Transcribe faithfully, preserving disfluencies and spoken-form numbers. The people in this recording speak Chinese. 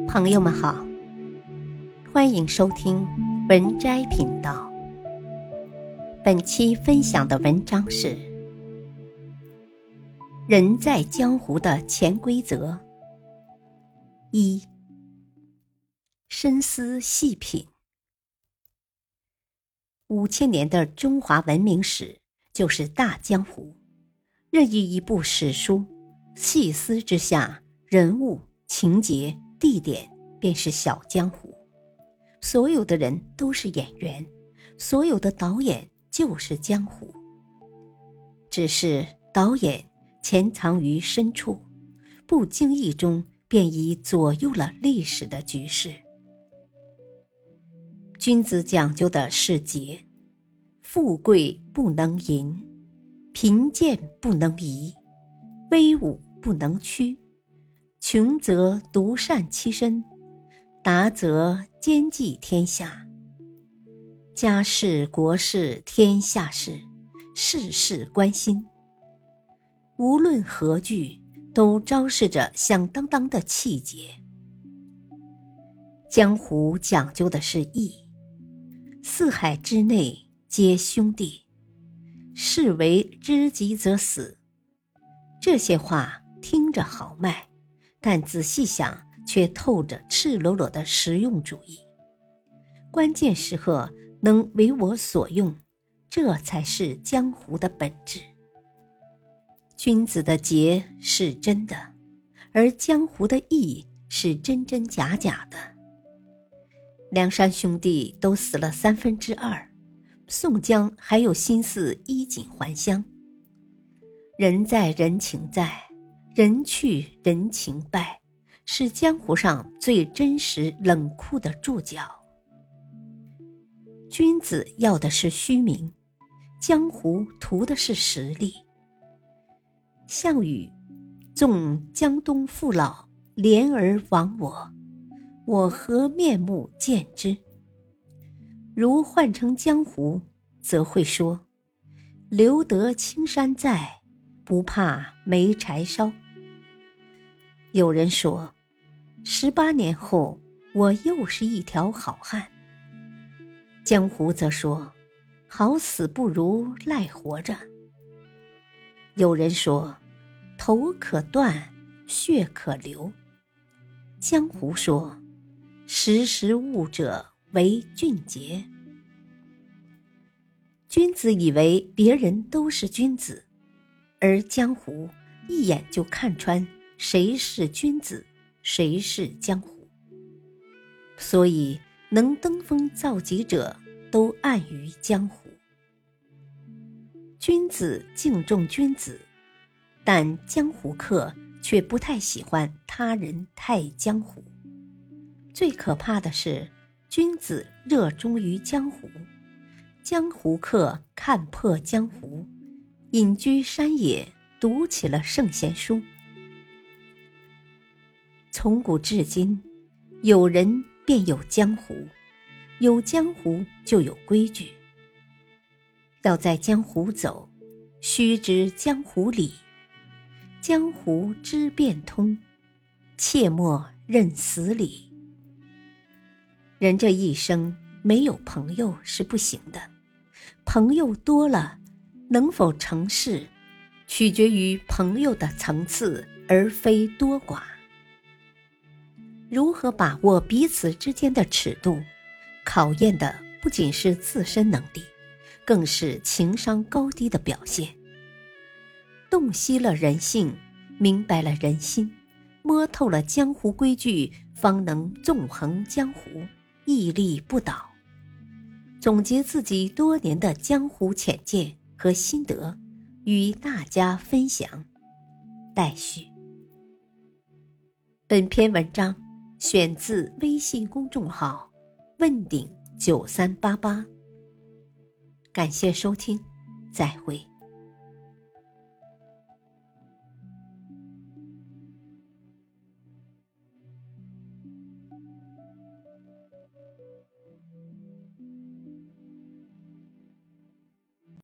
朋友们好，欢迎收听文摘频道。本期分享的文章是人在江湖的潜规则一，深思细品。五千年的中华文明史就是大江湖，任意一部史书，细思之下，人物、情节、地点便是小江湖。所有的人都是演员，所有的导演就是江湖。只是导演潜藏于深处，不经意中便已左右了历史的局势。君子讲究的是节，富贵不能淫，贫贱不能移，威武不能屈，穷则独善其身，达则兼济天下。家事国事天下事，事事关心。无论何句，都昭示着响当当的气节。江湖讲究的是义，四海之内皆兄弟，士为知己者死。这些话听着豪迈，但仔细想却透着赤裸裸的实用主义。关键时刻能为我所用，这才是江湖的本质。君子的节是真的，而江湖的义是真真假假的。梁山兄弟都死了三分之二，宋江还有心思衣锦还乡。人在人情在，人去人情败，是江湖上最真实冷酷的注脚。君子要的是虚名，江湖图的是实力。项羽纵江东父老，怜而亡我，我何面目见之？如换成江湖，则会说留得青山在，不怕没柴烧。有人说十八年后我又是一条好汉。江湖则说好死不如赖活着。有人说头可断，血可流。江湖说识时务者为俊杰。君子以为别人都是君子，而江湖一眼就看穿谁是君子，谁是江湖。所以能登峰造极者都暗于江湖。君子敬重君子，但江湖客却不太喜欢他人太江湖。最可怕的是，君子热衷于江湖，江湖客看破江湖，隐居山野，读起了圣贤书。从古至今，有人便有江湖，有江湖就有规矩。要在江湖走，须知江湖理，江湖知变通，切莫认死理。人这一生没有朋友是不行的，朋友多了，能否成事，取决于朋友的层次，而非多寡。如何把握彼此之间的尺度，考验的不仅是自身能力，更是情商高低的表现。洞悉了人性，明白了人心，摸透了江湖规矩，方能纵横江湖，屹立不倒。总结自己多年的江湖浅见和心得，与大家分享。待续。本篇文章选自微信公众号问鼎九三八八，感谢收听，再会。